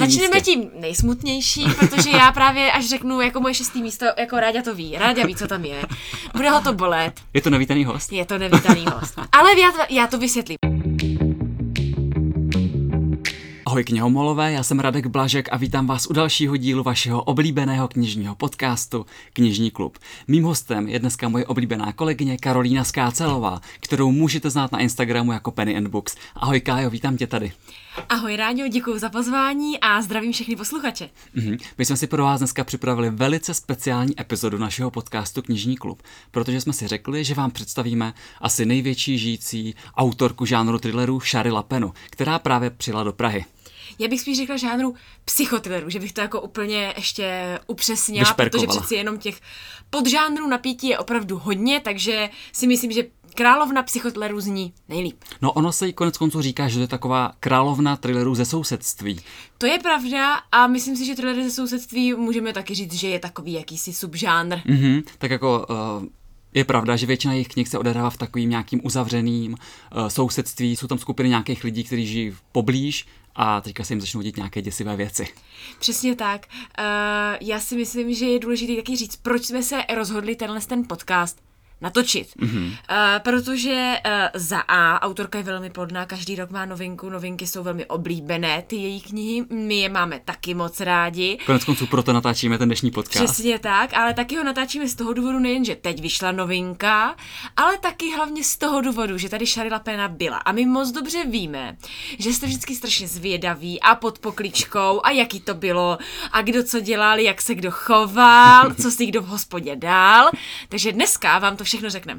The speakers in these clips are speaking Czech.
Začneme tím nejsmutnějším, protože já právě až řeknu jako moje 6. místo, jako Ráďa to ví. Ráďa ví, co tam je. Bude ho to bolet. Je to nevítaný host? Je to nevítaný host. Ale já to vysvětlím. Ahoj knihomolové, já jsem Radek Blažek a vítám vás u dalšího dílu vašeho oblíbeného knižního podcastu Knižní klub. Mým hostem je dneska moje oblíbená kolegyně Karolína Skácelová, kterou můžete znát na Instagramu jako Penny and Books. Ahoj Kájo, vítám tě tady. Ahoj Ráďo, děkuji za pozvání a zdravím všechny posluchače. My jsme si pro vás dneska připravili velice speciální epizodu našeho podcastu Knižní klub, protože jsme si řekli, že vám představíme asi největší žijící autorku žánru thrillerů Shari LaPenu, která právě přijela do Prahy. Já bych spíš řekla žánru psychotrilleru, že bych to jako úplně ještě upřesnila, protože přeci jenom těch podžánrů napětí je opravdu hodně, takže si myslím, že královna psychotrilleru zní nejlíp. No ono se jí konec konců říká, že to je taková královna thrillerů ze sousedství. To je pravda a myslím si, že thrillery ze sousedství můžeme taky říct, že je takový jakýsi subžánr. Tak jako... Je pravda, že většina jejich knih se odehrává v takovým nějakým uzavřeným sousedství. Jsou tam skupiny nějakých lidí, kteří žijí poblíž a teďka se jim začnou dít nějaké děsivé věci. Přesně tak. Já si myslím, že je důležité taky říct, proč jsme se rozhodli ten podcast natočit. Protože za A, autorka je velmi plodná, každý rok má novinku, novinky jsou velmi oblíbené, ty její knihy, my je máme taky moc rádi. Konec konců proto natáčíme ten dnešní podcast. Přesně tak, ale taky ho natáčíme z toho důvodu nejen, že teď vyšla novinka, ale taky hlavně z toho důvodu, že tady Shari LaPena byla. A my moc dobře víme, že jste vždycky strašně zvědaví a pod pokličkou a jaký to bylo a kdo co dělal, jak se kdo choval, co si kdo v hospodě dal. Takže dneska vám to všechno řekneme.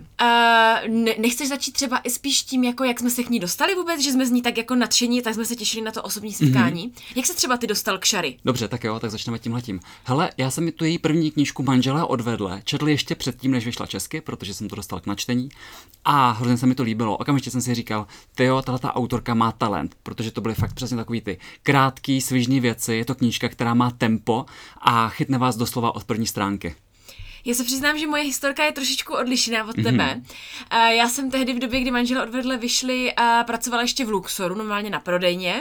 Nechceš začít třeba i spíš tím, jako jak jsme se k ní dostali vůbec, že jsme z ní tak jako nadšení, tak jsme se těšili na to osobní setkání. Jak se třeba ty dostal k Shari? Dobře, tak jo, tak začneme tímhletím. Hele, já jsem mi tu její první knížku Manželé odvedle četl ještě předtím, než vyšla česky, protože jsem to dostal k načtení a hrozně se mi to líbilo. Okamžitě jsem si říkal, tyjo, tato autorka má talent, protože to byly fakt přesně takový ty krátký, svižný věci, je to knížka, která má tempo a chytne vás doslova od první stránky. Já se přiznám, že moje historka je trošičku odlišná od tebe. Já jsem tehdy v době, kdy Manželé odvedle vyšli, pracovala ještě v Luxoru, normálně na prodejně.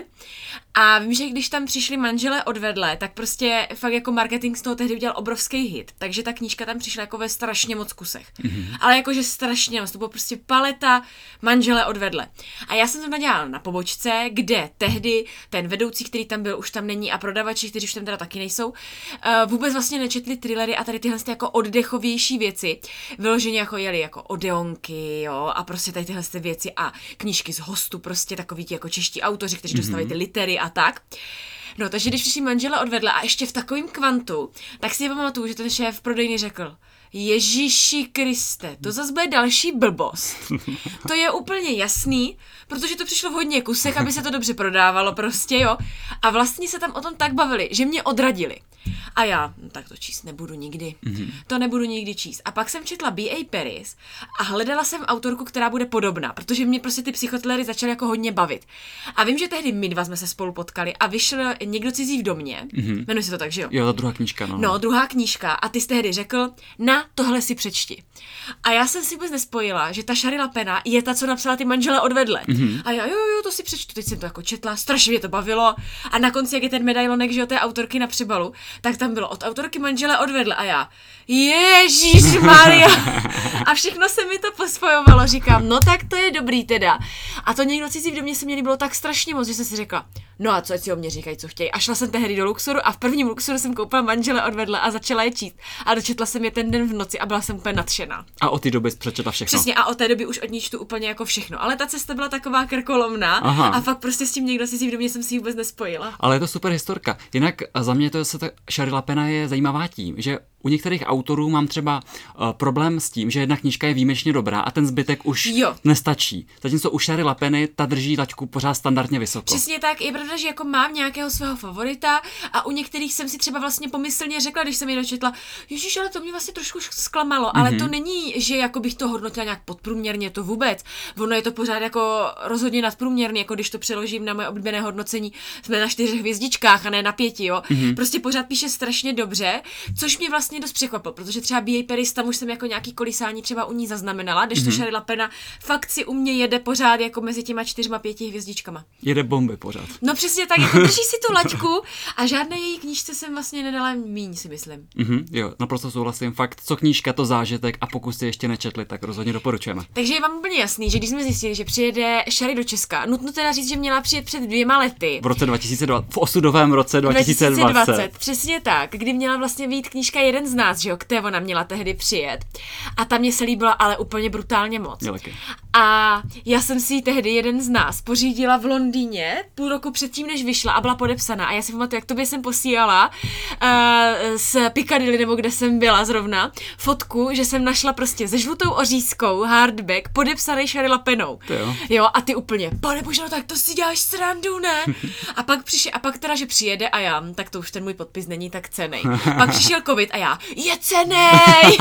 A vím, že když tam přišli Manželé odvedle, tak prostě fakt jako marketing z toho tehdy udělal obrovský hit. Takže ta knížka tam přišla jako ve strašně moc kusech. Ale jakože strašně moc, to bylo prostě paleta Manželé odvedle. A já jsem tam nadělala na pobočce, kde tehdy ten vedoucí, který tam byl, už tam není a prodavači, kteří už tam teda taky nejsou, vůbec vlastně nečetli thrillery a tady tyhle jako oddechovější věci. Vyloženě jako jeli jako Odeonky, jo, a prostě tady tyhle věci a knížky z hostu, prostě takový ti jako čeští autoři, kteří dostávají ty litery a tak. No, takže když přišli Manželé odvedle a ještě v takovém kvantu, tak si pamatuju, že ten šéf prodejny řekl: Ježíši Kriste, to zase bude další blbost. To je úplně jasný, protože to přišlo v hodně kusech, aby se to dobře prodávalo prostě, jo. A vlastně se tam o tom tak bavili, že mě odradili. A já, tak to číst nebudu nikdy. To nebudu nikdy číst. A pak jsem četla B.A. Paris a hledala jsem autorku, která bude podobná, protože mě prostě ty psychotrillery začaly jako hodně bavit. A vím, že tehdy my dva jsme se spolu potkali a vyšel Někdo cizí v domě. Jmenuje se to tak, že jo? Jo, ta druhá knížka, no. No, druhá knížka. A ty jsi tehdy řekl, na tohle si přečti. A já jsem si vůbec nespojila, že ta Shari LaPena je ta, co napsala ty Manželé odvedle. A já, jo, to si přečtu. Teď jsem to jako četla, strašně mě to bavilo. A na konci, jak je ten medailonek, že jo, té autorky na přebalu, tak tam bylo od autorky Manželé odvedle. A já, Ježíšmarja. A všechno se mi to pospojovalo. Říkám, no tak to je dobrý teda. A to Někdo cizí v domě se mi líbilo tak strašně moc, že jsem si řekla, no a co ať si o mě říkají, co chtějí. A šla jsem tehdy do Luxoru a v prvním Luxoru jsem koupila Manželé odvedle a začala je číst. A dočetla jsem je ten den v noci a byla jsem úplně nadšená. A od té doby jsi přečetla všechno. Přesně, a od té doby už od ní čtu úplně jako všechno. Ale ta cesta byla taková krkolomná. A fakt prostě s tím Někdo cizí v domě jsem si ji vůbec nespojila. Ale je to super historka. Jinak za mě to se Shari LaPena je zajímavá tím, že u některých autorů mám třeba problém s tím, že jedna knížka je výjimečně dobrá a ten zbytek už nestačí. Zatímco u Shari LaPeny ta drží laťku pořád standardně vysoko. Přesně tak, je pravda, že jako mám nějakého svého favorita a u některých jsem si třeba vlastně pomyslně řekla, když jsem je dočetla, ježiš, ale to mě vlastně trošku zklamalo, ale to není, že jako bych to hodnotila nějak podprůměrně, to vůbec. Ono je to pořád jako rozhodně nadprůměrný, jako když to přeložím na moje oblíbené hodnocení, jsme na 4 hvězdičkách a ne na 5, jo. Prostě pořád píše strašně dobře, což mě vlastně vlastně dost překvapil, protože třeba B.A. Paris, tam už jsem jako nějaký kolísání třeba u ní zaznamenala, kdežto Shari LaPena fakt si u mě jede pořád jako mezi těma 4-5 hvězdičkama. Jede bomby pořád. No přesně tak, jako drží si tu laťku a žádné její knížce jsem vlastně nedala míň, si myslím. Jo, naprosto souhlasím. Fakt, co knížka, to zážitek a pokud jste ještě nečetli, tak rozhodně doporučujeme. Takže je vám úplně jasný, že když jsme zjistili, že přijede Shari do Česka, nutno teda říct, že měla přijet před 2 lety. V roce 2020, v osudovém roce 2020. Přesně tak, kdy měla vlastně vyjít knížka Jeden z nás, že jo, které ona měla tehdy přijet. A ta mě se líbila ale úplně brutálně moc. A já jsem si ji tehdy Jeden z nás pořídila v Londýně půl roku předtím, než vyšla a byla podepsaná. A já si pamatuju, jak tobě jsem posílala z Piccadilly, nebo kde jsem byla zrovna, fotku, že jsem našla prostě se žlutou ořízkou hardback podepsaný Shari LaPenou. Jo, a ty úplně, panebože, no tak to si děláš srandu, ne? A pak teda, že přijede a já, tak to už ten můj podpis není tak cennej. Pak přišel covid a já, je cennej!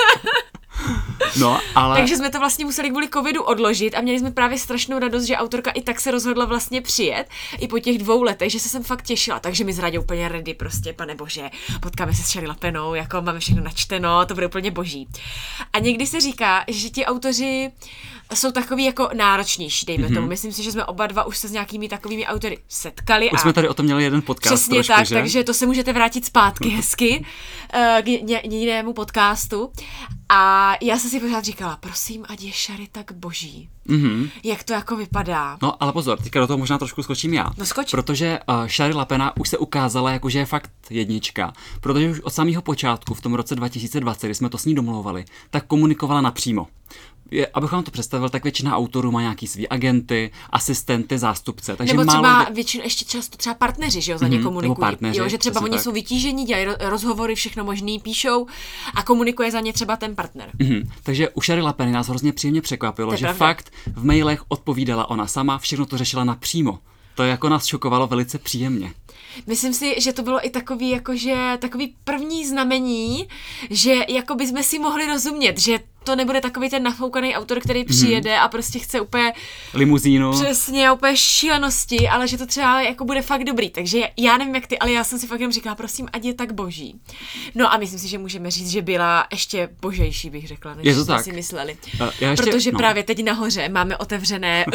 No, ale... Takže jsme to vlastně museli kvůli covidu odložit a měli jsme právě strašnou radost, že autorka i tak se rozhodla vlastně přijet i po těch 2 letech, že se jsem fakt těšila, takže mi zradě úplně ready prostě, panebože, potkáme se s Shari LaPenou, jako máme všechno načteno, to bude úplně boží. A někdy se říká, že ti autoři jsou takový jako náročnější, dejme tomu. Myslím si, že jsme oba dva už se s nějakými takovými autory setkali. Už jsme tady o tom měli jeden podcast. Přesně trošku, tak, že? Takže to se můžete vrátit zpátky hezky k jinému podcastu. A já jsem si pořád říkala, prosím, ať je Shari tak boží. Jak to jako vypadá. No, ale pozor, teďka do toho možná trošku skočím já. No skoč. Protože Shari LaPena už se ukázala, jako že je fakt jednička. Protože už od samého počátku, v tom roce 2020, kdy jsme to s ní domlouvali, tak komunikovala napřímo. Abych vám to představil, tak většina autorů má nějaký svý agenty, asistenty, zástupce. Takže nebo třeba většinou ještě často třeba partneři, že jo, za ně komunikují. Partneři, jo, že třeba oni jsou vytížení, dělají rozhovory, všechno možný, píšou a komunikuje za ně třeba ten partner. Takže u Shari LaPeny nás hrozně příjemně překvapilo, že fakt v mailech odpovídala ona sama, všechno to řešila napřímo. To jako nás šokovalo velice příjemně. Myslím si, že to bylo i takový, jakože, takový první znamení, že jako bychom si mohli rozumět, že to nebude takový ten nafoukaný autor, který přijede a prostě chce úplně limuzínu. Přesně, úplně šílenosti, ale že to třeba jako bude fakt dobrý. Takže já nevím jak ty, ale já jsem si fakt jenom říkala, prosím, ať je tak boží. No a myslím si, že můžeme říct, že byla ještě božejší, bych řekla, než jsme si mysleli. Protože právě teď nahoře máme otevřené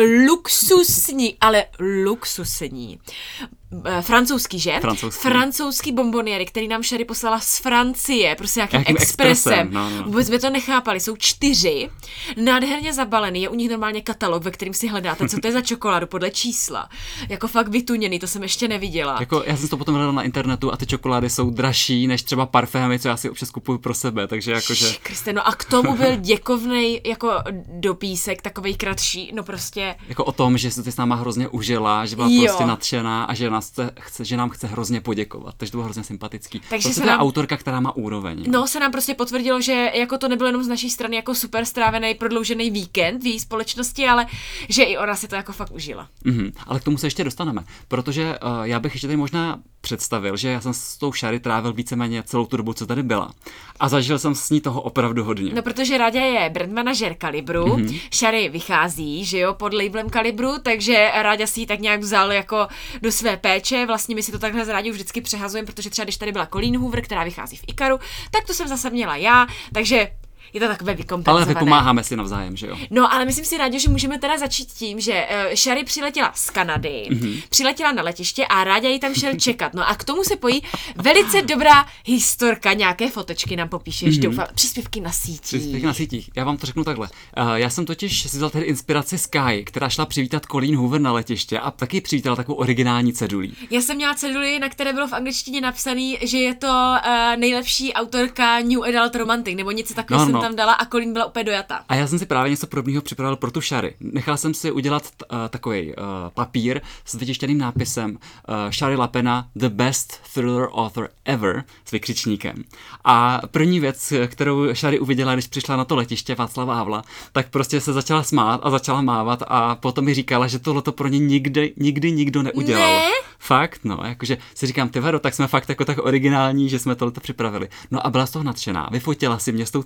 luxusní francouzský, že? Francouzský bomboniéry, který nám Shari poslala z Francie, prostě nějakým expresem. Vůbec jsme to nechápali, jsou 4, nádherně zabalený, je u nich normálně katalog, ve kterým si hledáte, co to je za čokoládu podle čísla. Jako fakt vytuněný, to jsem ještě neviděla. Jako já jsem to potom hledala na internetu a ty čokolády jsou dražší než třeba parfémy, co já si občas kupuju pro sebe, takže jakože... Kriste, no a k tomu byl děkovnej jako dopísek, takovej kratší, no prostě... Jako o tom, že se ty s náma hrozně užila, že byla prostě nadšená a že nám chce hrozně poděkovat, takže to bylo hrozně sympatický. Takže to je autorka, která má úroveň. No, se nám prostě potvrdilo, že jako to nebylo jenom z naší strany jako super strávený prodloužený víkend v její společnosti, ale že i ona si to jako fakt užila. Ale k tomu se ještě dostaneme, protože já bych ještě tady možná představil, že já jsem s tou Shari trávil víceméně celou tu dobu, co tady byla. A zažil jsem s ní toho opravdu hodně. No, protože Ráďa je brand manažer Kalibru, Shari vychází, že jo, pod labelem Kalibru, takže Ráďa si ji tak nějak vzal jako do své péče. Vlastně my si to takhle s Ráďou vždycky přehazujeme, protože třeba když tady byla Colleen Hoover, která vychází v Ikaru, tak to jsem zase měla já, takže je to takové vykompenzované. Ale vypomáháme si navzájem, že jo? No, ale myslím si, Ráďo, že můžeme teda začít tím, že Shari přiletěla z Kanady, přiletěla na letiště a Ráďa ji tam šel čekat. No a k tomu se pojí velice dobrá historka, nějaké fotečky nám popíšeš, doufám, příspěvky na sítích. Příspěvky na sítích, já vám to řeknu takhle. Já jsem totiž si vzal tady inspiraci Sky, která šla přivítat Colleen Hoover na letiště a taky přivítala takovou originální cedulí. Já jsem měla ceduli, na které bylo v angličtině napsaný, že je to nejlepší autorka New Adult Romantic, nebo něco takového. Tam dala a Colleen byla úplně dojatá. A já jsem si právě něco podobného připravil pro tu Shari. Nechal jsem si udělat takový papír s vytištěným nápisem Shari LaPena, the best thriller author ever, s vykřičníkem. A první věc, kterou Shari uviděla, když přišla na to letiště Václava Havla, tak prostě se začala smát a začala mávat a potom mi říkala, že tohleto pro ně nikdy nikdo neudělal. Ne? Fakt, no, jakože si říkám, ty Vero, tak jsme fakt jako tak originální, že jsme tohleto připravili. No a byla z toho nadšená, vyfotila si mě s tou cedulí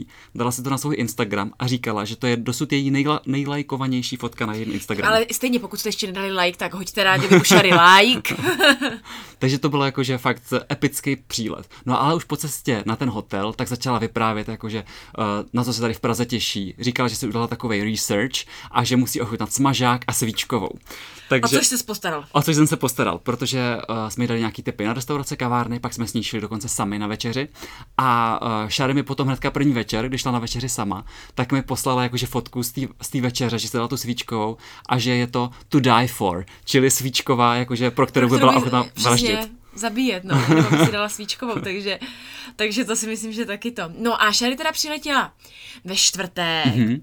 dala si to na svůj Instagram a říkala, že to je dosud její nejlajkovanější fotka na jejím Instagramu. Ale stejně, pokud jste ještě nedali like, tak hoďte rádi Šary like. Takže to bylo jakože fakt epický přílet. No ale už po cestě na ten hotel, tak začala vyprávět, jakože na co se tady v Praze těší. Říkala, že si udělala takovej research a že musí ochutnat smažák a svíčkovou. Takže, o což jsi postaral? O což jsem se postaral, protože jsme jí dali nějaký tipy na restaurace, kavárny, pak jsme s ní šli dokonce sami na večeři a Šary mi potom hnedka první večer, když šla na večeři sama, tak mi poslala jakože fotku z té večeře, že se dala tu svíčkovou a že je to to die for, čili svíčková, jakože pro kterou by byla ochotná vraždit. Zabíjet, no, nebo si dala svíčkovou, takže to si myslím, že taky to. No a Šary teda přiletěla ve čtvrtek.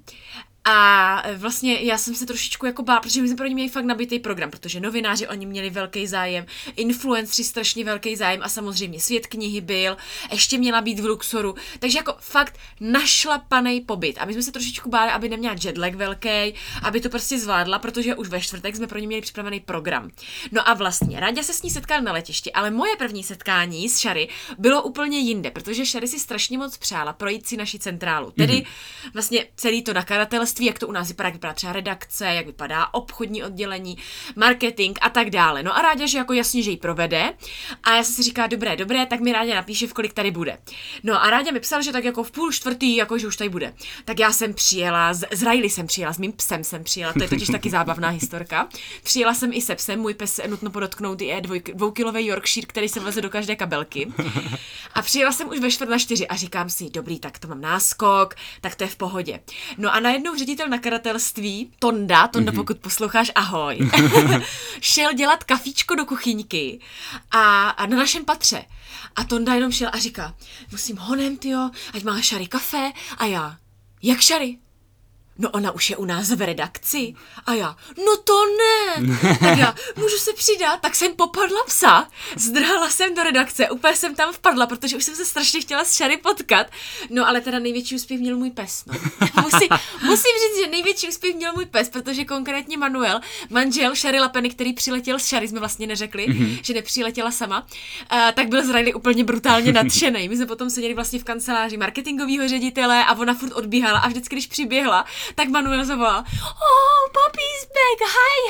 A vlastně já jsem se trošičku jako bála, protože my jsme pro ně měli fakt nabitý program, protože novináři oni měli velký zájem, influenceri strašně velký zájem a samozřejmě Svět knihy byl, ještě měla být v Luxoru, takže jako fakt našlapanej pobyt. A my jsme se trošičku báli, aby neměla jetlag velký, aby to prostě zvládla, protože už ve čtvrtek jsme pro ně měli připravený program. No a vlastně Ráďa se s ní setkal na letišti, ale moje první setkání s Šary bylo úplně jinde, protože Šary si strašně moc přála projít si naši centrálu, tedy vlastně celý to nakladatelství, jak to u nás vypadá, jak vypadá třeba redakce, jak vypadá obchodní oddělení, marketing a tak dále. No a Ráďa, že jako jasně, že ji provede. A já jsem si říkala, dobré, tak mi Ráďa napíše, v kolik tady bude. No a Ráďa mi psal, že tak jako v 3:30, jako že už tady bude. Tak já jsem přijela, z Riley jsem přijela, s mým psem jsem přijela, to je totiž taky zábavná historka. Přijela jsem i se psem, můj pes, nutno podotknout, je 2kilový Yorkshire, který se vleze do každé kabelky. A přijela jsem už ve 3:45 a říkám si, dobrý, tak to mám náskok, tak to je v pohodě. No a najednou ředitel nakladatelství, Tonda, pokud posloucháš, ahoj, šel dělat kafíčko do kuchyňky a na našem patře. A Tonda jenom šel a říká, musím honem, tyjo, ať má Šary kafe. A já, jak Šary? No ona už je u nás v redakci. A já, no to ne. Tak já, můžu se přidat? Tak jsem popadla psa, zdrhala jsem do redakce, úplně jsem tam vpadla, protože už jsem se strašně chtěla s Šary potkat. No ale teda největší úspěch měl můj pes. No. Musím říct, že největší úspěch měl můj pes, protože konkrétně Manuel, manžel Šary Lapeny, který přiletěl s Šary, jsme vlastně neřekli, že nepřiletěla sama, tak byl z Riley úplně brutálně nadšenej. My jsme potom seděli vlastně v kanceláři marketingového ředitele a ona furt odbíhala a vždycky, když přiběhla, tak Manuel zavolal, oh, Poppy's back,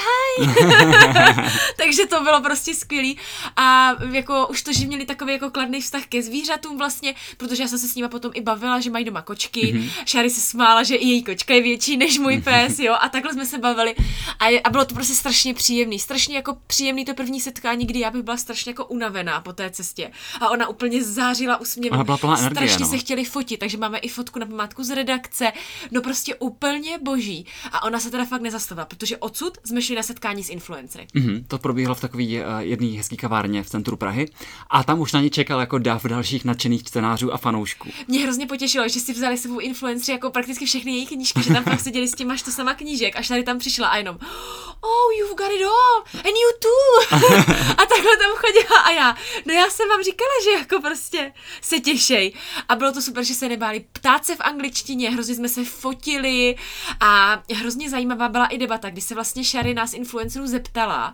hi. Takže to bylo prostě skvělý a jako už to, že měli takový jako kladný vztah ke zvířatům vlastně, protože já jsem se s nima potom i bavila, že mají doma kočky, Šary se smála, že i její kočka je větší než můj pes, jo, a takhle jsme se bavili a bylo to prostě strašně příjemný, strašně jako příjemný to první setkání, kdy já bych byla strašně jako unavená po té cestě a ona úplně zářila úsměvem, strašně se chtěli fotit, takže máme i fotku na památku z redakce, no prostě úplně boží. A ona se teda fakt nezastavila, protože odsud jsme šli na setkání s influencery. To probíhalo v takový jedný hezký kavárně v centru Prahy a tam už na ně čekal jako dav dalších nadšených čtenářů a fanoušků. Mě hrozně potěšilo, že si vzali sebou influencery jako prakticky všechny její knížky, že tam fakt seděli s tím, máš to sama knížek, až tady tam přišla a jenom oh, you've got it all and you too. A takhle tam chodila a já jsem vám říkala, že jako prostě se těšej. A bylo to super, že se nebáli ptát se v angličtině, hrozně jsme se fotili a hrozně zajímavá byla i debata, kdy se vlastně Šary nás influencerů zeptala,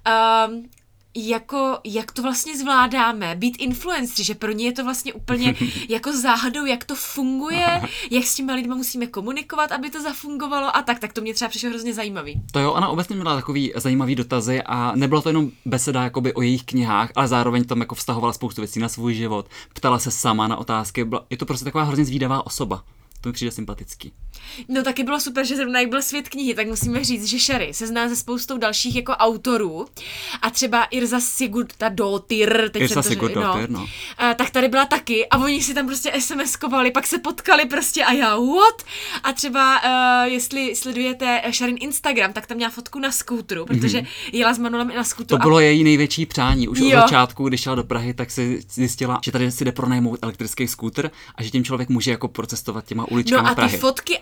jak to vlastně zvládáme, být influenceři, že pro ně je to vlastně úplně jako záhadou, jak to funguje, jak s těma lidma musíme komunikovat, aby to zafungovalo a tak to mě třeba přišlo hrozně zajímavý. To jo, ona obecně měla takový zajímavý dotazy a nebylo to jenom beseda jakoby o jejich knihách, ale zároveň tam jako vztahovala spoustu věcí na svůj život, ptala se sama na otázky, je to prostě taková hrozně zvídavá osoba. To mi přijde sympatický. No taky bylo super, že zrovna jak byl Svět knihy, tak musíme říct, že Šary se zná se spoustou dalších jako autorů a třeba Irza Sigurðardóttir, tak tady byla taky a oni si tam prostě SMS-kovali, pak se potkali prostě a já what? A třeba jestli sledujete Šarin Instagram, tak tam měla fotku na skútru, protože jela s Manuelem i na skútru. To bylo její největší přání. Už od začátku, když šla do Prahy, tak si zjistila, že tady si jde pronajmout elektrický skútr a že tím člověk může jako procestovat těma uličkama Prahy. No a ty fotky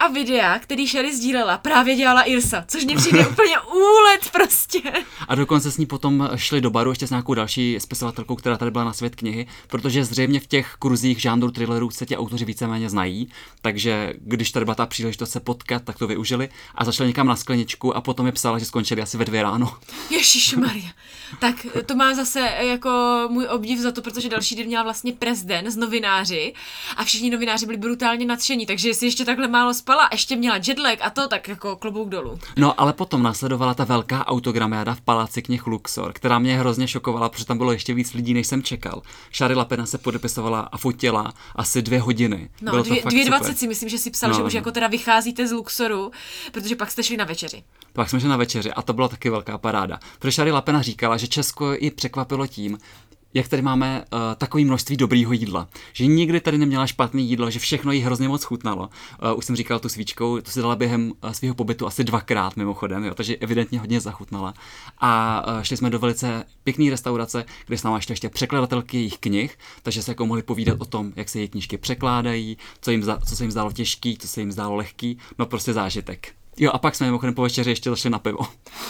a videa, který Sherry sdílela, právě dělala Irsa, což mě přijde úplně úlet prostě. A dokonce s ní potom šli do baru ještě s nějakou další spisovatelkou, která tady byla na Svět knihy, protože zřejmě v těch kurzích žánru thrillerů se ti autoři víceméně znají, takže když tady byla ta příležitost se potkat, tak to využili a zašli někam na skleničku a potom mi psala, že skončili asi ve 2 ráno. Ježišmarja. Tak to má zase jako můj obdiv za to, protože další den měla vlastně press den s novináři a všichni novináři byli brutálně nadšení, takže jestli ještě takhle málo spala, ještě měla jetlag a to, tak jako klobouk dolů. No, ale potom následovala ta velká autogramiáda v Paláci knih Luxor, která mě hrozně šokovala, protože tam bylo ještě víc lidí, než jsem čekal. Shari Lapena se podepisovala a fotila asi 2 hodiny. No, bylo to fakt 2:20 super. si myslím, že si psal, že už jako teda vycházíte z Luxoru, protože pak jste šli na večeři. Pak jsme šli na večeři a to byla taky velká paráda. Protože Shari Lapena říkala, že Česko ji překvapilo tím, jak tady máme takové množství dobrýho jídla. Že nikdy tady neměla špatné jídlo, že všechno jí hrozně moc chutnalo. Už jsem říkal tu svíčkou, to si dala během svého pobytu asi 2krát mimochodem, jo, takže evidentně hodně zachutnala. A šli jsme do velice pěkné restaurace, kde s námi ještě překladatelky jejich knih, takže se jako mohli povídat o tom, jak se jejich knížky překládají, co se jim zdálo těžký, co se jim zdálo lehký, no prostě zážitek. Jo, a pak jsme mimochodem po večeři ještě zašli na pivo.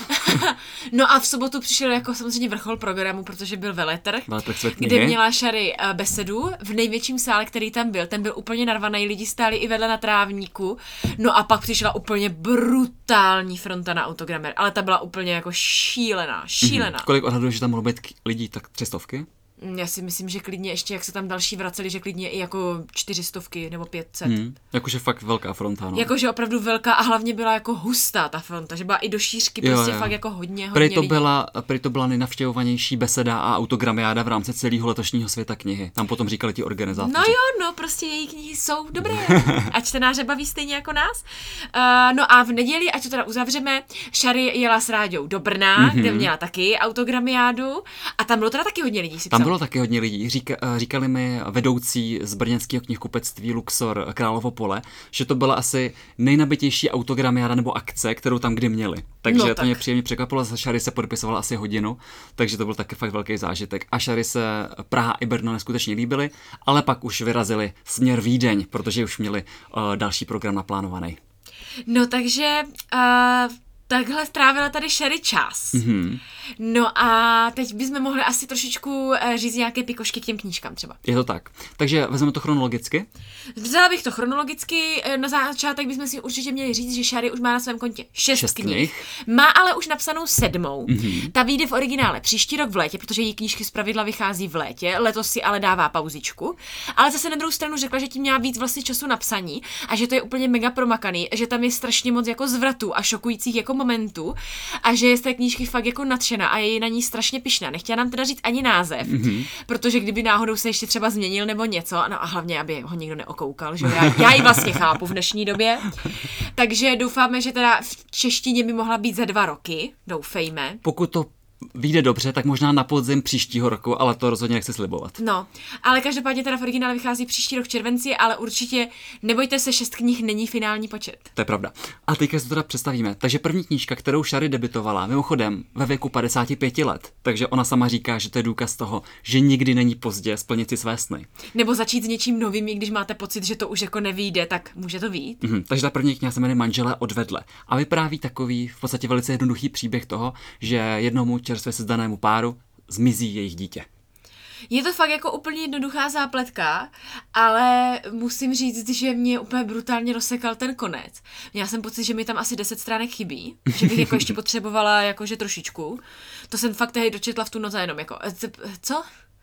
No a v sobotu přišel jako samozřejmě vrchol programu, protože byl veletrh, Svět knihy, kde měla Shari besedu v největším sále, který tam byl. Ten byl úplně narvaný, lidi stáli i vedle na trávníku. No a pak přišla úplně brutální fronta na autogramer, ale ta byla úplně jako šílená. Kolik odhaduješ, že tam mohlo být lidí? Tak 300? Já si myslím, že klidně ještě, jak se tam další vraceli, že klidně i jako 400 nebo 500. Jakože fakt velká fronta, no. Jakože opravdu velká a hlavně byla jako hustá ta fronta, že byla i do šířky, prostě fakt jako hodně lidí. Prý to byla nejnavštěvovanější beseda a autogramiáda v rámci celého letošního Světa knihy. Tam potom říkali ti organizátoři. No jo, no prostě její knihy jsou dobré. A čtenáře baví stejně jako nás. No a v neděli, ať to teda uzavřeme, Shari jela s Ráďou do Brna, kde měla taky autogramiádu a tam bylo teda taky hodně lidí. Tam bylo taky hodně lidí. Říkali mi vedoucí z brněnského knihkupectví Luxor Královo Pole, že to byla asi nejnabitější autogramiáda nebo akce, kterou tam kdy měli. Takže to mě příjemně překvapilo. Za Shari se podepisovala asi hodinu, takže to byl taky fakt velký zážitek. A Shari se Praha i Brno neskutečně líbily, ale pak už vyrazili směr Vídeň, protože už měli další program naplánovaný. No takže takhle strávila tady Shari čas. No a teď bychom mohli asi trošičku říct nějaké pikošky k těm knížkám třeba. Je to tak. Takže vezmeme to chronologicky? Vzala bych to chronologicky. Na začátek bychom si určitě měli říct, že Shari už má na svém kontě 6 knih. Má ale už napsanou 7. Ta vyjde v originále příští rok v létě, protože její knížky zpravidla vychází v létě. Letos si ale dává pauzičku. Ale zase na druhou stranu řekla, že tím měla víc vlastně času na psaní a že to je úplně mega promakaný, že tam je strašně moc jako zvratů a šokujících jako momentů a že je z té knížky fakt jako nadšená a je na ní strašně pyšná. Nechtěla nám teda říct ani název, protože kdyby náhodou se ještě třeba změnil nebo něco, no a hlavně, aby ho nikdo neokoukal, že já ji vlastně chápu v dnešní době. Takže doufáme, že teda v češtině by mohla být za 2 roky, doufejme. Pokud to vyjde dobře, tak možná na podzim příštího roku, ale to rozhodně nechci slibovat. No, ale každopádně teda v originále vychází příští rok v červenci, ale určitě nebojte se, 6 knih není finální počet. To je pravda. A teďka si to teda představíme. Takže první knížka, kterou Shari debitovala, mimochodem ve věku 55 let, takže ona sama říká, že to je důkaz toho, že nikdy není pozdě splnit si své sny. Nebo začít s něčím novým, i když máte pocit, že to už jako nevyjde, tak může to vyjít. Takže ta první kniha se jmenuje Manželé odvedle a vypráví takový v podstatě velice jednoduchý příběh toho, že jednomu čerstvě sezdanému páru zmizí jejich dítě. Je to fakt jako úplně jednoduchá zápletka, ale musím říct, že mě úplně brutálně rozsekal ten konec. Měla jsem pocit, že mi tam asi 10 stránek chybí, že bych jako ještě potřebovala jakože trošičku. To jsem fakt tehdy dočetla v tu noc a jenom jako, co?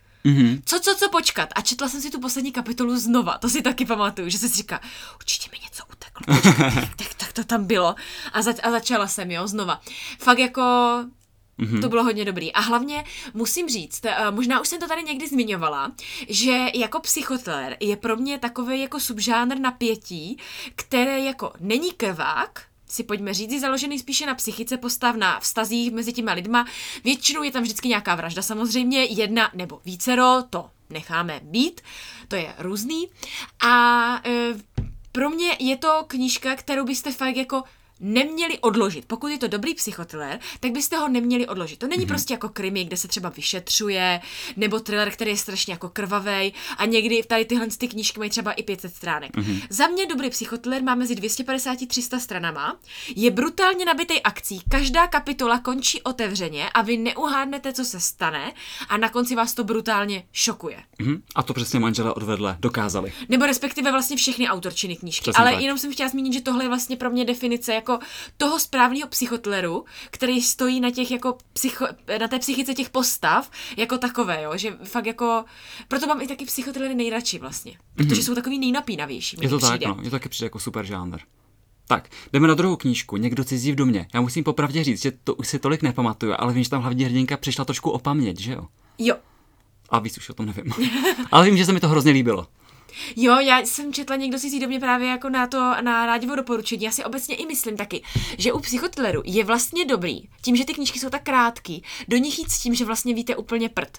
Co počkat? A četla jsem si tu poslední kapitolu znova, to si taky pamatuju, že jsem si říká, určitě mi něco uteklo, tak to tam bylo. A začala jsem, jo, znova. Fakt jako... To bylo hodně dobrý. A hlavně musím říct, možná už jsem to tady někdy zmiňovala, že jako psychotriller je pro mě takový jako subžánr napětí, které jako není krvák, si pojďme říct, je založený spíše na psychice postav, na vztazích mezi těma lidma. Většinou je tam vždycky nějaká vražda, samozřejmě 1 nebo vícero, to necháme být, to je různý. A pro mě je to knížka, kterou byste fakt jako neměli odložit. Pokud je to dobrý psychothriller, tak byste ho neměli odložit. To není prostě jako krimi, kde se třeba vyšetřuje, nebo thriller, který je strašně jako krvavej a někdy tady tyhle ty knížky mají třeba i 500 stránek. Za mě dobrý psychothriller má mezi 250-300 stranama, je brutálně nabitej akcí, každá kapitola končí otevřeně a vy neuhádnete, co se stane a na konci vás to brutálně šokuje. A to přesně Manželé odvedle dokázali. Nebo respektive vlastně všechny autorčiny knížky. Přesně Ale tak. jenom jsem chtěla zmínit, že tohle je vlastně pro mě definice jako toho správného psychothleru, který stojí na těch jako na té psychice těch postav jako takové, jo, že fakt jako proto mám i taky psychothlery nejradši vlastně, protože jsou takový nejnapínavější. Je to tak, no, je to taky přijde jako super žánr. Tak, jdeme na druhou knížku, Někdo cizí v domě. Já musím popravdě říct, že to už si tolik nepamatuju, ale vím, že tam hlavní hrdinka přišla trošku o paměť, že jo? Jo. A víc už o tom nevím. Ale vím, že se mi to hrozně líbilo. Jo, já jsem četla Někdo cizí do mě právě jako na rádivo doporučení. Já si obecně i myslím taky, že u psychothleru je vlastně dobrý, tím, že ty knížky jsou tak krátký, do nich jít s tím, že vlastně víte úplně prd.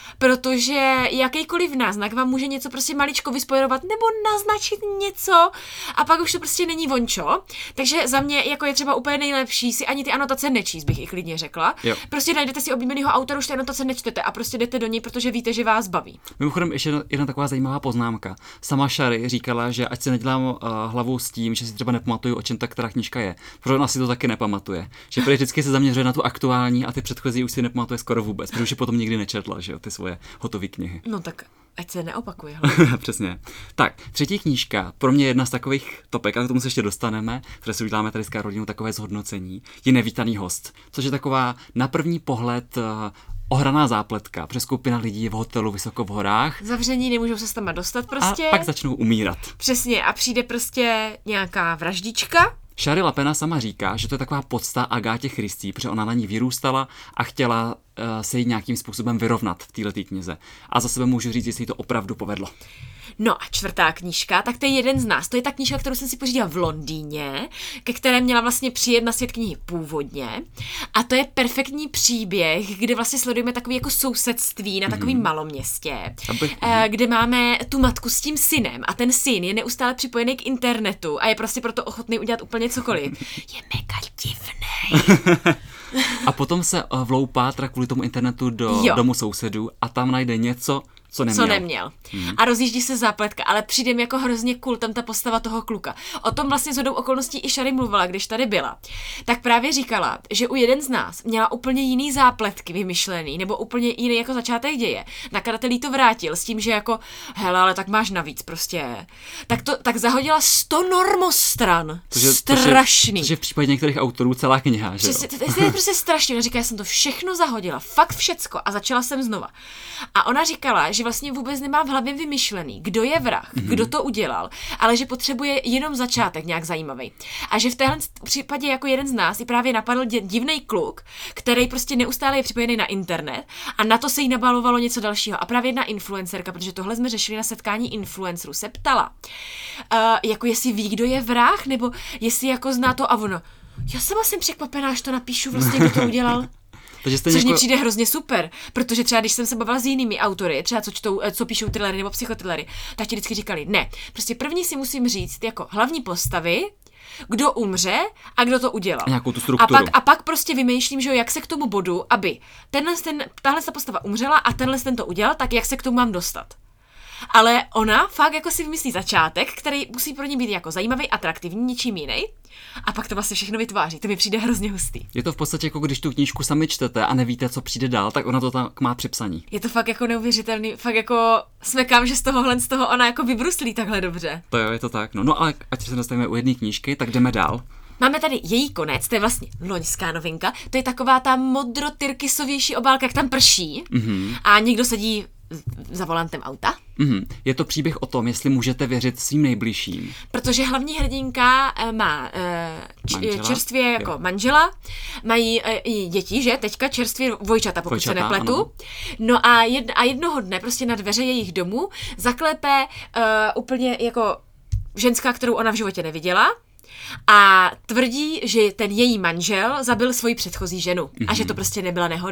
Protože jakýkoliv náznak vám může něco prostě maličko vyspojerovat nebo naznačit něco a pak už to prostě není vončo. Takže za mě jako je třeba úplně nejlepší si ani ty anotace nečíst, bych i klidně řekla. Jo. Prostě najdete si oblíbenýho autora, už ty anotace nečtete a prostě jdete do něj, protože víte, že vás baví. Mimochodem ještě jedna taková zajímavá poznámka. Sama Shari říkala, že ať se nedělám hlavou s tím, že si třeba nepamatuju, o čem ta která knížka je. Protože ona si to taky nepamatuje. Že prý vždycky se zaměřuje na tu aktuální a ty předchozí už si nepamatuje skoro vůbec, protože už je potom nikdy nečetla, že jo, ty svoje hotové knihy. No tak ať se neopakuje. Přesně. Tak, třetí knížka, pro mě jedna z takových topek, a k tomu se ještě dostaneme, které si uděláme tady s Karolínou takové zhodnocení, je Nevítaný host, což je taková na první pohled ohraná zápletka, protože skupina lidí je v hotelu vysoko v horách. Zavření, nemůžou se tam dostat prostě. A pak začnou umírat. Přesně, a přijde prostě nějaká vraždička. Shari Lapena sama říká, že to je taková podsta Agátě Christie, protože ona na ní vyrůstala a chtěla se jí nějakým způsobem vyrovnat v této knize. A za sebe můžu říct, že se jí to opravdu povedlo. No a čtvrtá knížka, tak to je Jeden z nás. To je ta knížka, kterou jsem si pořídila v Londýně, ke které měla vlastně přijet na svět knihy původně. A to je perfektní příběh, kde vlastně sledujeme takový jako sousedství na takovém maloměstě, kde máme tu matku s tím synem a ten syn je neustále připojený k internetu a je prostě proto ochotný udělat úplně cokoliv. Je mega divný. A potom se vloupá teda kvůli tomu internetu do domu sousedů a tam najde něco, co neměl. A rozjíždí se zápletka, ale přijde mi jako hrozně cool tam ta postava toho kluka. O tom vlastně shodou okolností i Shari mluvila, když tady byla. Tak právě říkala, že u Jeden z nás měla úplně jiný zápletky vymyšlený, nebo úplně jiný jako začátek děje. Nakladatelí to vrátil s tím, že jako, hele, ale tak máš navíc prostě. Tak zahodila 100 normostran. Strašný. Což je v případě některých autorů celá kniha, že jo? To je prostě strašný. Ona říká, já jsem to všechno zahodila, fakt všecko a začala jsem znova. A ona říkala, že vlastně vůbec nemá v hlavě vymyšlený, kdo je vrah, kdo to udělal, ale že potřebuje jenom začátek nějak zajímavý. A že v téhle případě jako Jeden z nás ji právě napadl divný kluk, který prostě neustále je připojený na internet a na to se jí nabalovalo něco dalšího. A právě jedna influencerka, protože tohle jsme řešili na setkání influencerů, se ptala, jako jestli ví, kdo je vrah, nebo jestli jako zná to a ono. Já sama jsem překvapená, až to napíšu vlastně, kdo to udělal. Což mi přijde hrozně super, protože třeba když jsem se bavila s jinými autory, třeba co píšou thrillery nebo psychotrillery, tak ti vždycky říkali, ne, prostě první si musím říct jako hlavní postavy, kdo umře a kdo to udělal. Nějakou tu strukturu. A pak prostě vymýšlím, že jak se k tomu bodu, aby tahle postava umřela a ten to udělal, tak jak se k tomu mám dostat. Ale ona fakt jako si vymyslí začátek, který musí pro ní být jako zajímavý, atraktivní, ničím jiný. A pak to vlastně všechno vytváří. To mi přijde hrozně hustý. Je to v podstatě jako když tu knížku sami čtete a nevíte, co přijde dál, tak ona to tak má přepsaný. Je to fakt jako neuvěřitelný. Fakt jako smekám, že z toho ona jako vybruslí takhle dobře. To jo, je to tak. No ale ať se dostaneme u jedné knížky, tak jdeme dál. Máme tady Její konec, to je vlastně loňská novinka. To je taková ta modro-tyrkysovější obálka, jak tam prší. A někdo sedí za volantem auta. Je to příběh o tom, jestli můžete věřit svým nejbližším. Protože hlavní hrdinka má čerstvě jako manžela, mají i děti, že? Teďka čerstvě vojčata, pokud se nepletu. Ano. No a jednoho dne prostě na dveře jejich domu zaklepe úplně jako ženská, kterou ona v životě neviděla. A tvrdí, že ten její manžel zabil svoji předchozí ženu a že to prostě nebyla nehoda.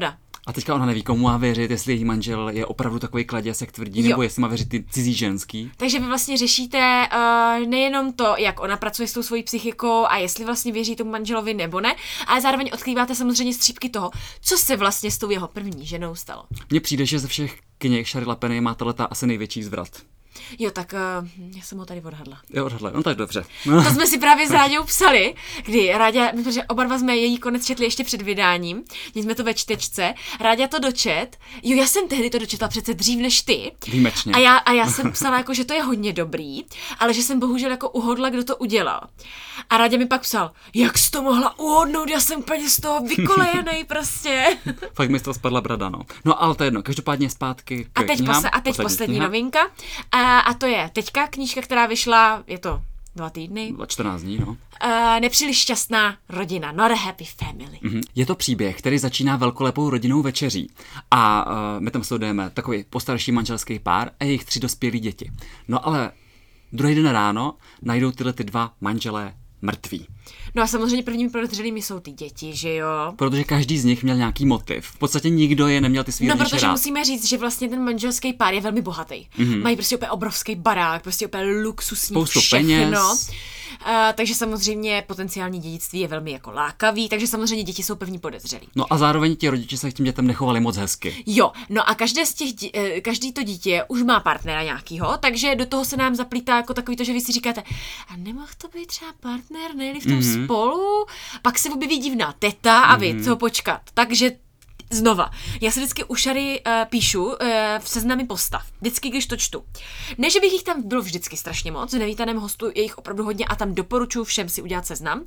A teďka ona neví, komu má věřit, jestli její manžel je opravdu takový kladěz, jak tvrdí, nebo jestli má věřit ty cizí ženský. Takže vy vlastně řešíte nejenom to, jak ona pracuje s tou svojí psychikou a jestli vlastně věří tomu manželovi nebo ne, ale zároveň odkrýváte samozřejmě střípky toho, co se vlastně s tou jeho první ženou stalo. Mně přijde, že ze všech knih Sharilla Penny má tato asi největší zvrat. Jo, tak já jsem ho tady odhadla. Jo, odhadla, no tak dobře. To jsme si právě s Ráďou psali, kdy Ráďa, protože oba dva jsme její konec četli ještě před vydáním, měli jsme to ve čtečce, Ráďa to dočet, jo, já jsem tehdy to dočetla přece dřív než ty. Výjimečně. A já jsem psala jako, že to je hodně dobrý, ale že jsem bohužel jako uhodla, kdo to udělal. A Ráďa mi pak psal, jak jsi to mohla uhodnout, já jsem úplně z toho vykolejenej prostě. Fakt mi z toho spadla brada, no. No ale to je jedno, každopádně zpátky k knihám. A teď poslední novinka. A to je teďka knížka, která vyšla, je to 2 týdny. 14 dní, no. Nepříliš šťastná rodina, not a happy family. Je to příběh, který začíná velkolepou rodinnou večeří. A my tam sledujeme takový postarší manželský pár a jejich 3 dospělí děti. No ale druhý den ráno najdou tyhle 2 manželé mrtví. No a samozřejmě prvními podezřelými jsou ty děti, že jo? Protože každý z nich měl nějaký motiv. V podstatě nikdo je neměl ty svý rodiče No protože rád. musíme říct, že vlastně ten manželský pár je velmi bohatý. Mají prostě úplně obrovský barák, prostě úplně luxusní spoustu všechno. peněz. Takže samozřejmě potenciální dědictví je velmi jako lákavý, takže samozřejmě děti jsou první podezřelí. No a zároveň ti rodiče se k těm dětem nechovali moc hezky. Jo, no a každý to dítě už má partnera nějakýho, takže do toho se nám zaplítá jako takový to, že vy si říkáte, a nemohl to být třeba partner, nejli v tom spolu, pak se objeví divná teta a vy, co počkat. Takže znova, já si vždycky u Shary píšu v seznamy postav, vždycky, když to čtu. Ne, že bych jich tam bylo vždycky strašně moc, v Nevítaném hostu je jich opravdu hodně a tam doporučuji všem si udělat seznam,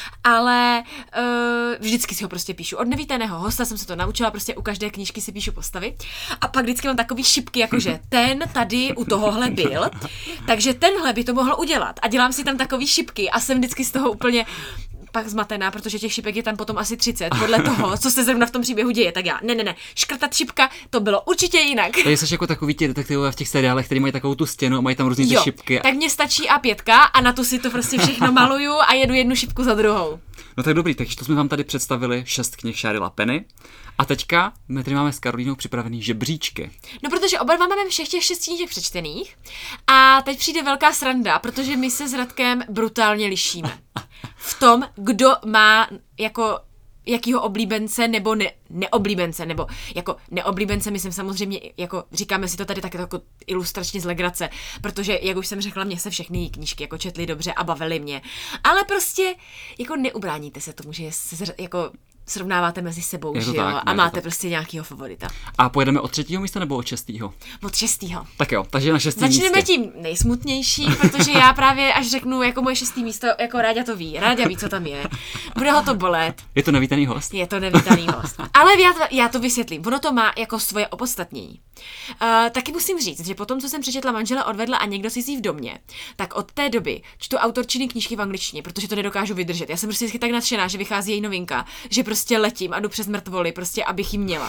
ale vždycky si ho prostě píšu. Od Nevítaného hosta jsem se to naučila, prostě u každé knížky si píšu postavy a pak vždycky mám takový šipky, jakože ten tady u tohohle byl, takže tenhle by to mohl udělat a dělám si tam takový šipky a jsem vždycky z toho úplně pak zmatená, protože těch šipek je tam potom asi 30, podle toho, co se zrovna v tom příběhu děje. Tak já, ne, škrtat šipka, to bylo určitě jinak. Takže jsi jako takový ti detektivové v těch seriálech, který mají takovou tu stěnu a mají tam různý ty šipky. Tak mně stačí A5 a na tu si to prostě všechno maluju a jedu jednu šipku za druhou. No tak dobrý, takže to jsme vám tady představili 6 knih Sharilla Penny. A teďka my tady máme s Karolínou připravený žebříčky. No protože oba dva máme všech těch 6 knížek přečtených a teď přijde velká sranda, protože my se s Radkem brutálně lišíme. V tom, kdo má jako jakýho oblíbence nebo neoblíbence, nebo jako neoblíbence, myslím samozřejmě, jako říkáme si to tady tak jako ilustračně z legrace, protože, jak už jsem řekla, mě se všechny její knížky jako četly dobře a bavily mě. Ale prostě jako neubráníte se tomu, že se jako srovnáváte mezi sebou, že jo? A máte prostě nějakýho favorita. A pojedeme od 3. místa nebo od 6.? Od 6. Tak jo, takže na 6. místě. Začneme tím nejsmutnější, protože já právě až řeknu jako moje 6. místo, jako Ráďa to ví. Ráďa ví, co tam je. Bude ho to bolet. Je to nevítaný host? Je to nevítaný host. Ale já to vysvětlím. Ono to má jako svoje opodstatnění. Taky musím říct, že potom, co jsem přečetla Manžele odvedla a někdo si v domě, tak od té doby čtu autorčiny knížky v angličtině, protože to nedokážu vydržet. Já jsem prostě tak nadšená, že vychází její novinka, že prostě letím a jdu přes mrtvoly, prostě abych ji měla.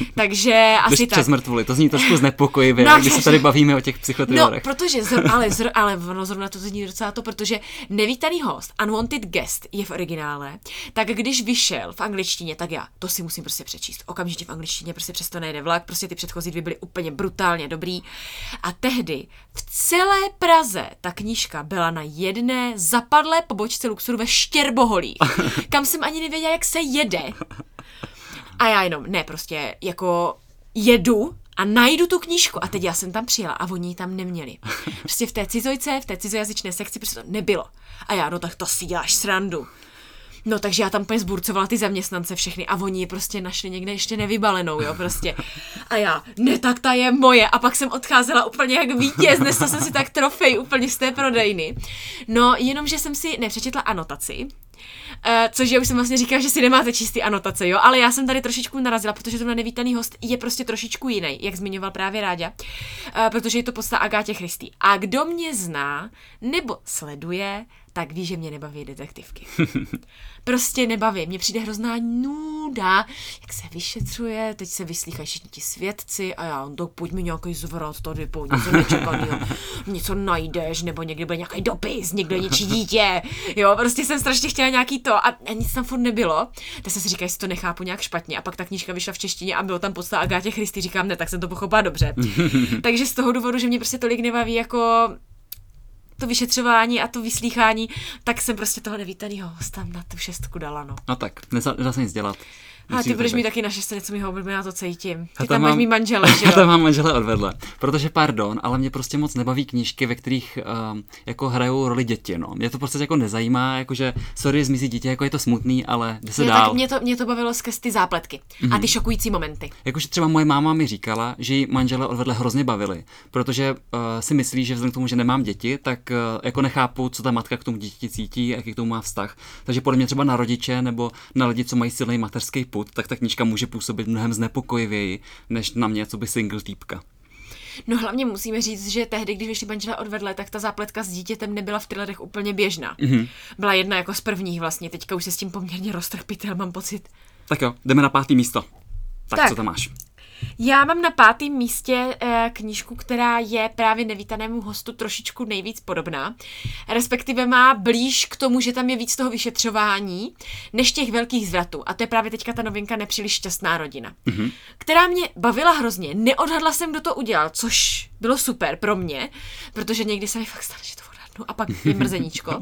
Takže asi tak. Přes mrtvoly, to zní trošku znepokojivě, no, když se tady bavíme o těch psychotrivorech. No, protože ale ono zrovna to zní docela to, protože Nevítaný host, Unwanted Guest je v originále, tak když vyšel v angličtině, tak já to si musím prostě přečíst. Okamžitě v angličtině, prostě přesto nejde vlak, prostě ty předchozí 2 byly úplně brutálně dobrý. A tehdy v celé Praze ta knížka byla na jedné zapadlé pobočce Luxoru ve Štěrboholích, kam jsem ani nevěděla, jak se jede. A já jenom, prostě jako jedu a najdu tu knížku a teď já jsem tam přijela a oni ji tam neměli. Prostě v té cizojazyčné sekci prostě to nebylo. A já, no tak to si děláš srandu. No takže já tam úplně zburcovala ty zaměstnance všechny a oni ji prostě našli někde ještě nevybalenou, jo, prostě. A já, ne, tak ta je moje. A pak jsem odcházela úplně jak vítěz, nesla jsem si tak trofej úplně z té prodejny. No, jenomže jsem si nepřečetla anotaci, což já už jsem vlastně říkala, že si nemáte čistý anotace, jo, ale já jsem tady trošičku narazila, protože to Nevítaný host je prostě trošičku jiný, jak zmiňoval právě Ráďa, protože je to podsta Agátě Christie. A kdo mě zná nebo sleduje, tak ví, že mě nebaví detektivky. Prostě nebaví. Mně přijde hrozná nuda, jak se vyšetřuje, teď se vyslýchají všichni ti svědci a já, tak pojď mi nějaký zvrat tady, pojď něco nečekaného, něco najdeš, nebo někdy bude nějaký dopis, někdo něčí dítě, jo, prostě jsem strašně chtěla nějaký to a nic tam furt nebylo, tak jsem si říkala, jestli to nechápu nějak špatně a pak ta knížka vyšla v češtině a bylo tam podsta Agátě Christy, říkám, ne, tak jsem to pochopila dobře. Takže z toho důvodu, že mě prostě tolik nebaví jako to vyšetřování a to vyslýchání, tak jsem prostě toho nevítanýho hosta na tu 6 dala, no. No tak, nedá se nic dělat. A ty budeš mít taky na 6 něco mýho oblíbeného, to cítím. Ty tam mám, máš mý manžele, že jo? Já tam mám manžele odvedle, protože pardon, ale mě prostě moc nebaví knížky, ve kterých jako hrajou roli děti, no. Mě to prostě jako nezajímá, jakože sorry, zmizí dítě, jako je to smutný, ale jde se dál. Tak mě to bavilo skrz ty zápletky a ty šokující momenty. Jakože třeba moje máma mi říkala, že jí manžele odvedle hrozně bavili, protože si myslí, že vzhledem k tomu, že nemám děti, tak jako nechápu, co ta matka k tomu dítěti cítí, jaký k tomu má vztah. Takže podle mě třeba na rodiče nebo na lidi, co mají silný mateřský pud, tak ta knížka může působit mnohem znepokojivěji, než na mě, co by single týpka. No hlavně musíme říct, že tehdy, když vyšli manželé odvedle, tak ta zápletka s dítětem nebyla v thrillerech úplně běžná. Byla jedna jako z prvních vlastně, teďka už se s tím poměrně roztrh pytel, mám pocit. Tak jo, jdeme na 5. místo. Tak co tam máš? Já mám na 5. místě knížku, která je právě nevítanému hostu trošičku nejvíc podobná. Respektive má blíž k tomu, že tam je víc toho vyšetřování, než těch velkých zvratů. A to je právě teďka ta novinka Nepříliš šťastná rodina. Která mě bavila hrozně. Neodhadla jsem, kdo to udělal, což bylo super pro mě, protože někdy se mi fakt stane, že to odhadnu a pak je mrzeníčko.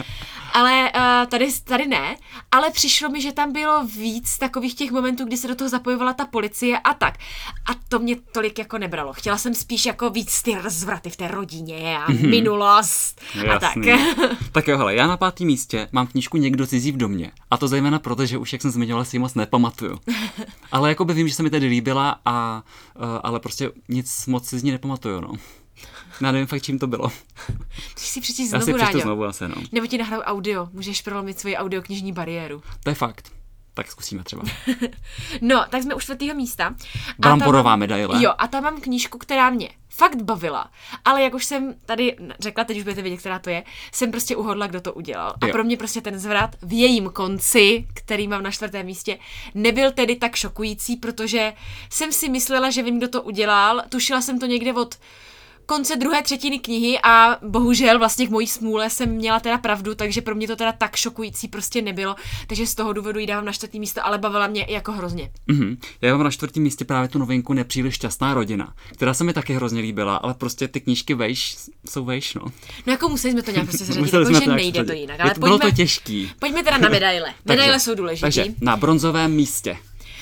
Ale tady ne, ale přišlo mi, že tam bylo víc takových těch momentů, kdy se do toho zapojovala ta policie a tak. A to mě tolik jako nebralo. Chtěla jsem spíš jako víc ty rozvraty v té rodině a minulost a tak. Tak jo, hele, já na 5. místě mám knížku Někdo cizí v domě. A to zejména proto, že už, jak jsem zmiňovala, si ji moc nepamatuju. Ale jakoby vím, že se mi tady líbila, ale prostě nic moc si z ní nepamatuju, no. Já nevím fakt, čím to bylo. Můžeš si přečíst Já znovu, si přečtu znovu asi, no. Nebo ti nahraju audio, můžeš prolomit svoji audioknižní bariéru. To je fakt. Tak zkusíme třeba. No, tak jsme u 4. místa. Bramborová medaile. Jo, a tam mám knížku, která mě fakt bavila, ale jak už jsem tady řekla, teď už budete vědět, která to je, jsem prostě uhodla, kdo to udělal. A pro mě prostě ten zvrat v jejím konci, který mám na 4. místě, nebyl tedy tak šokující, protože jsem si myslela, že vím, kdo to udělal. Tušila jsem to někde od konce 2/3 knihy a bohužel vlastně k mojí smůle jsem měla teda pravdu, takže pro mě to teda tak šokující prostě nebylo, takže z toho důvodu jí dávám na 4. místo, ale bavila mě jako hrozně. Já mám na 4. místě právě tu novinku Nepříliš šťastná rodina, která se mi taky hrozně líbila, ale prostě ty knížky jsou vejš, no. No jako museli jsme to nějak prostě zařadit, protože nejde to jinak, ale bylo to těžký. Pojďme teda na medaile. Medaile jsou důležitý. Takže na bronzovém místě.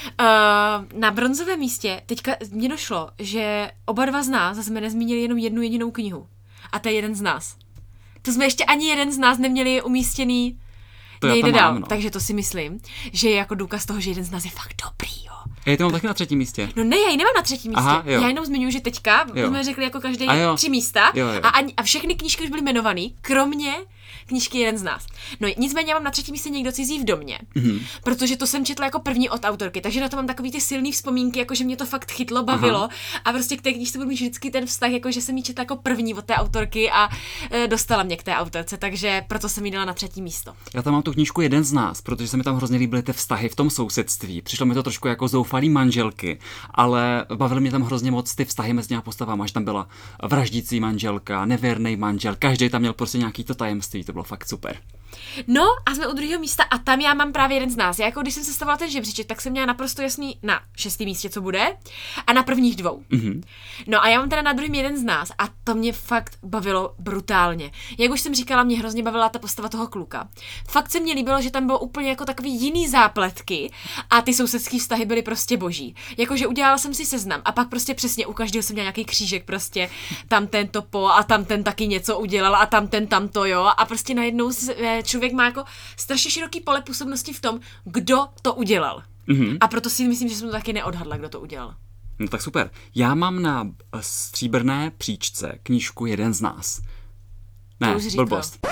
Na bronzovém místě teďka mě došlo, že oba dva z nás jsme nezmínili jenom jednu jedinou knihu. A to je Jeden z nás. To jsme ještě ani jeden z nás neměli umístěný nejde dál. No. Takže to si myslím, že je jako důkaz toho, že Jeden z nás je fakt dobrý, jo. Já to mám taky na 3. místě. No ne, já ji nemám na 3. místě. Aha, já jenom zmiňuji, že teďka jsme řekli jako každý 3 místa jo. A všechny knížky už byly jmenovaný, kromě knížky Jeden z nás. No nicméně já mám na 3. místě Někdo cizí v domě, protože to jsem četla jako první od autorky, takže na to mám takový ty silný vzpomínky, jako že mě to fakt chytlo, bavilo a prostě k té knížce budu mít vždycky ten vztah, jako že jsem ji četla jako první od té autorky a dostala mě k té autorce, takže proto jsem ji dala na 3. místo. Já tam mám tu knížku Jeden z nás, protože se mi tam hrozně líbily ty vztahy v tom sousedství. Přišlo mi to trošku jako zoufalý manželky, ale bavily mě tam hrozně moc ty vztahy mezi těma postavama, že tam byla vraždící manželka, nevěrný manžel, každý tam měl prostě nějaký to tajemství, to bylo fakt super. No a jsme u 2. místa a tam já mám právě Jeden z nás. Já jako když jsem sestavovala ten žebříček, tak jsem měla naprosto jasný na 6. místě, co bude a na prvních 2. No a já mám teda na 2. Jeden z nás a to mě fakt bavilo brutálně. Jak už jsem říkala, mě hrozně bavila ta postava toho kluka. Fakt se mně líbilo, že tam bylo úplně jako takový jiný zápletky a ty sousedský vztahy byly prostě boží. Jakože udělala jsem si seznam a pak prostě přesně u každého jsem měla nějaký křížek prostě, tam ten topo a tam ten taky něco udělal a tam ten tamto, jo, a prostě najednou člověk má jako strašně široký pole působnosti v tom, kdo to udělal. A proto si myslím, že jsem to taky neodhadla, kdo to udělal. No tak super. Já mám na stříbrné příčce knížku Jeden z nás. Ne, blbost.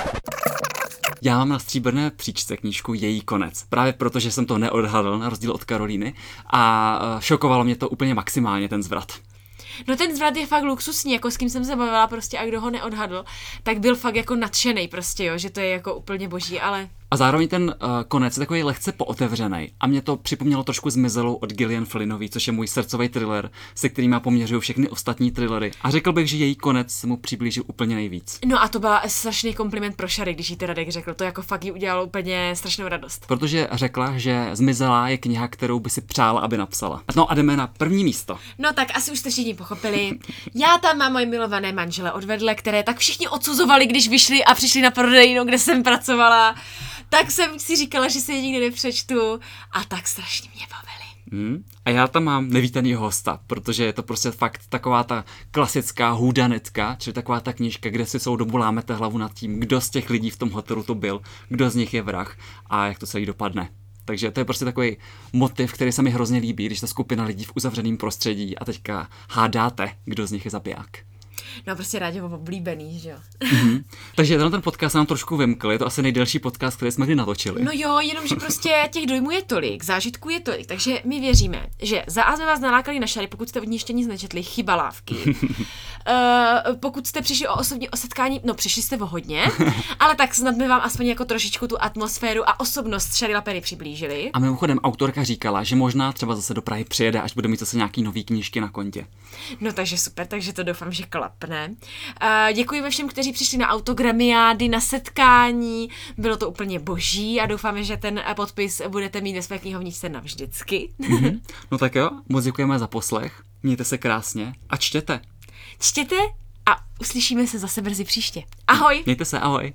Já mám na stříbrné příčce knížku Její konec. Právě proto, že jsem to neodhadl, na rozdíl od Karolíny. A šokovalo mě to úplně maximálně, ten zvrat. No ten zvrat je fakt luxusní, jako s kým jsem se bavila prostě a kdo ho neodhadl, tak byl fakt jako nadšenej prostě, jo, že to je jako úplně boží, ale... A zároveň ten konec je takový lehce pootevřenej a mě to připomnělo trošku Zmizelou od Gillian Flynnový, což je můj srdcový thriller, se kterým já poměřuju všechny ostatní thrillery. A řekl bych, že její konec se mu přiblížil úplně nejvíc. No a to byla strašný kompliment pro Šary, když jí to Radek řekl, to jako fakt jí udělalo úplně strašnou radost. Protože řekla, že Zmizelá je kniha, kterou by si přála, aby napsala. No a jdeme na první místo. No tak asi už jste všichni pochopili. Já tam mám moje milované manžele odvedle, které tak všichni odsuzovali, když vyšli a přišli na prodejnu, kde jsem pracovala. Tak jsem si říkala, že si je nikdy nepřečtu a tak strašně mě bavili. A já tam mám Nevítanýho hosta, protože je to prostě fakt taková ta klasická hůdanetka, čili taková ta knížka, kde si celou dobu lámete hlavu nad tím, kdo z těch lidí v tom hotelu to byl, kdo z nich je vrah a jak to celý dopadne. Takže to je prostě takový motiv, který se mi hrozně líbí, když ta skupina lidí v uzavřeném prostředí a teďka hádáte, kdo z nich je zabiják. No prostě rádi ho oblíbený, že jo. Takže ten podcast nám trošku vymkl, je to asi nejdelší podcast, který jsme kdy natočili. No jo, jenomže prostě těch dojmů je tolik, zážitků je tolik, takže my věříme, že za A jsme vás nalákali na Šary, pokud jste od ní ještě nic nečetli, chyba lávky. Pokud jste přišli o osobní setkání, no přišli jste o hodně, ale tak snad my vám aspoň jako trošičku tu atmosféru a osobnost Šary Lapery přiblížili. A mimochodem autorka říkala, že možná třeba zase do Prahy přijede, až bude mít zase nějaký nový knížky na kontě. No takže super, takže to doufám, že klapne. Děkujeme všem, kteří přišli na autogramiády, na setkání, bylo to úplně boží a doufáme, že ten podpis budete mít ve své knihovničce navždycky. No tak jo, moc děkujeme za poslech, mějte se krásně a čtěte. Čtěte a uslyšíme se zase brzy příště. Ahoj! Mějte se, ahoj!